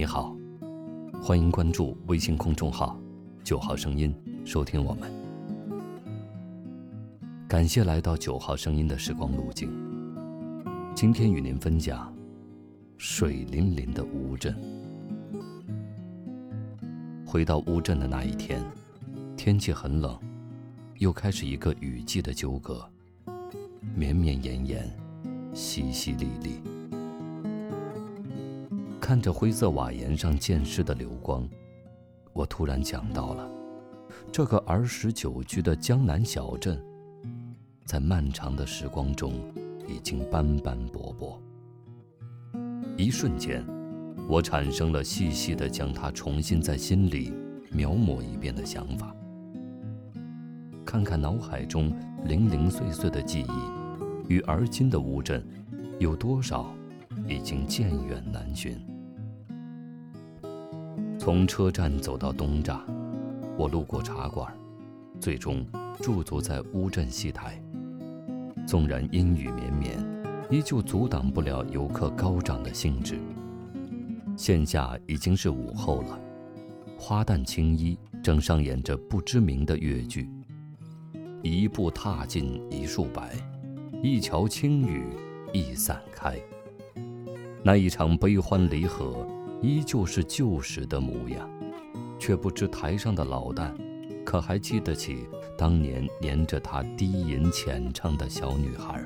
你好，欢迎关注微信公众号9号声音，收听我们。感谢来到9号声音的时光路径。今天与您分享水淋淋的乌镇。回到乌镇的那一天，天气很冷，又开始一个雨季的纠葛，绵绵延延，淅淅沥沥。看着灰色瓦檐上渐逝的流光，我突然想到了这个儿时久居的江南小镇，在漫长的时光中已经斑斑驳驳。一瞬间，我产生了细细地将它重新在心里描摹一遍的想法。看看脑海中零零碎碎的记忆，与而今的乌镇有多少已经渐远难寻。从车站走到东栅，我路过茶馆，最终驻足在乌镇戏台。纵然阴雨绵绵，依旧阻挡不了游客高涨的兴致。现下已经是午后了，花旦青衣正上演着不知名的越剧。一步踏进一树白，一桥青雨一散开。那一场悲欢离合依旧是旧时的模样，却不知台上的老旦可还记得起当年黏着他低吟浅唱的小女孩。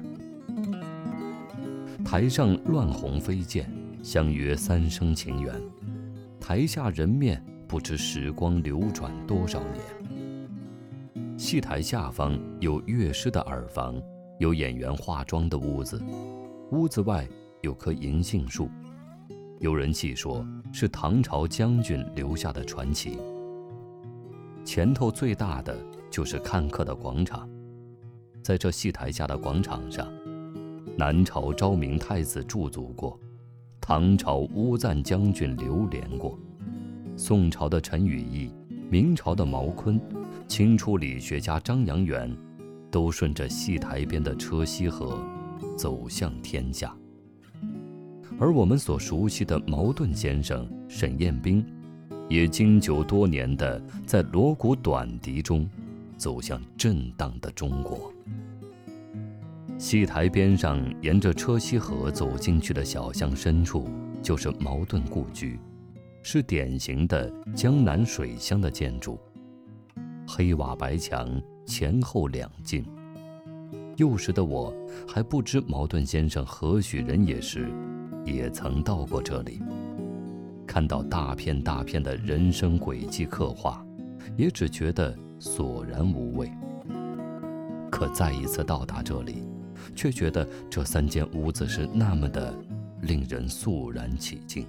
台上乱红飞溅，相约三生情缘，台下人面不知时光流转多少年。戏台下方有乐师的耳房，有演员化妆的屋子，屋子外有棵银杏树，有人戏说是唐朝将军留下的传奇。前头最大的就是看客的广场，在这戏台下的广场上，南朝昭明太子驻足过，唐朝乌赞将军流连过，宋朝的陈与义，明朝的毛坤，清初理学家张扬元，都顺着戏台边的车溪河走向天下。而我们所熟悉的茅盾先生、沈彦斌，也经久多年地在锣鼓短笛中走向震荡的中国。戏台边上沿着车溪河走进去的小巷深处，就是茅盾故居，是典型的江南水乡的建筑，黑瓦白墙，前后两进。幼时的我还不知茅盾先生何许人也时，也曾到过这里，看到大片大片的人生轨迹刻画，也只觉得索然无味。可再一次到达这里，却觉得这三间屋子是那么的令人肃然起敬。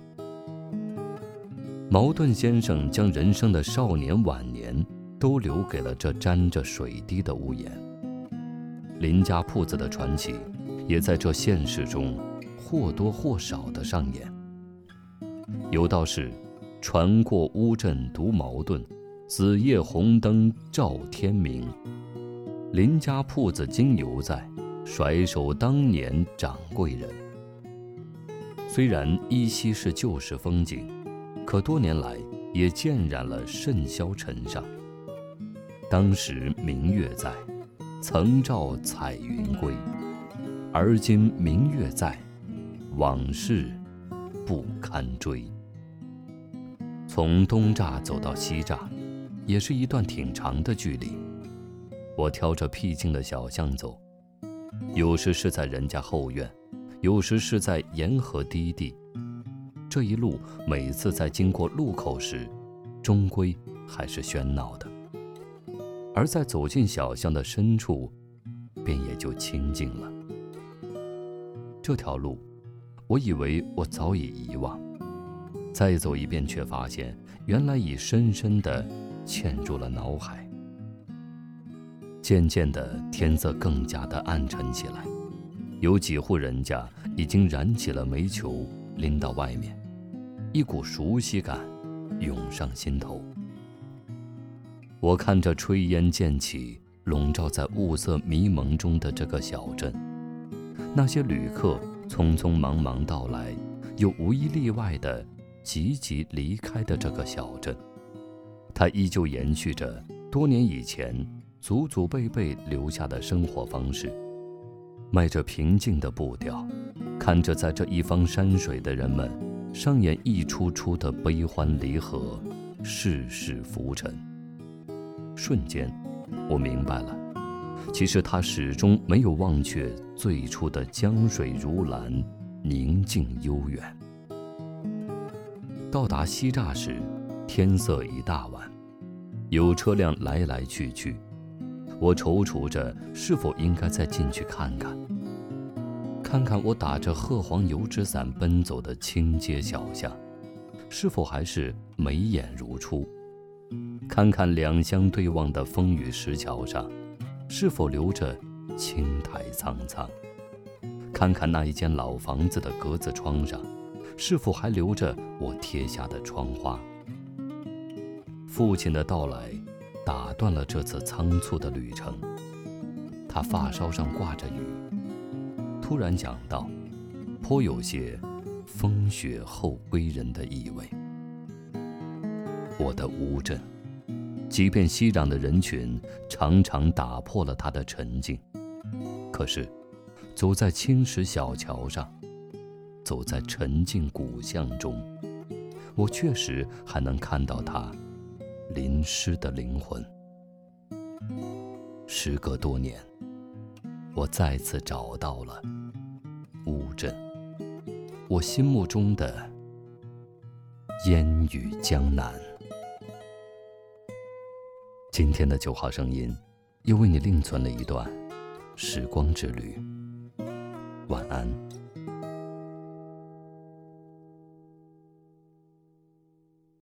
茅盾先生将人生的少年晚年都留给了这沾着水滴的屋檐。林家铺子的传奇也在这现实中或多或少地上演。有道是船过乌镇读茅盾，子夜红灯照天明。林家铺子今犹在，甩手当年掌柜人。虽然依稀是旧时风景，可多年来也渐染了甚嚣尘上。当时明月在，曾照彩云归，而今明月在，往事不堪追。从东栅走到西栅，也是一段挺长的距离。我挑着僻静的小巷走，有时是在人家后院，有时是在沿河低地。这一路每次在经过路口时，终归还是喧闹的，而在走进小巷的深处，便也就清静了。这条路，我以为我早已遗忘，再走一遍却发现原来已深深地嵌入了脑海。渐渐的，天色更加的暗沉起来，有几户人家已经燃起了煤球，拎到外面，一股熟悉感涌上心头。我看着炊烟渐起，笼罩在雾色迷蒙中的这个小镇，那些旅客匆匆忙忙到来，又无一例外地急急离开的这个小镇。它依旧延续着多年以前祖祖辈辈留下的生活方式，迈着平静的步调，看着在这一方山水的人们上演一出出的悲欢离合，世事浮沉。瞬间，我明白了，其实他始终没有忘却最初的江水如蓝，宁静悠远。到达西栅时，天色已大晚，有车辆来来去去，我踌躇着是否应该再进去看看，看看我打着褐黄油纸伞奔走的清街小巷，是否还是眉眼如初，看看两相对望的风雨石桥上，是否留着青苔苍苍，看看那一间老房子的格子窗上，是否还留着我贴下的窗花。父亲的到来打断了这次仓促的旅程，他发梢上挂着雨，突然讲道，颇有些风雪后归人的意味。我的乌镇，即便熙攘的人群常常打破了他的沉静，可是走在青石小桥上，走在沉静古巷中，我确实还能看到他淋湿的灵魂。时隔多年，我再次找到了乌镇，我心目中的烟雨江南。今天的9号声音又为你另存了一段时光之旅，晚安。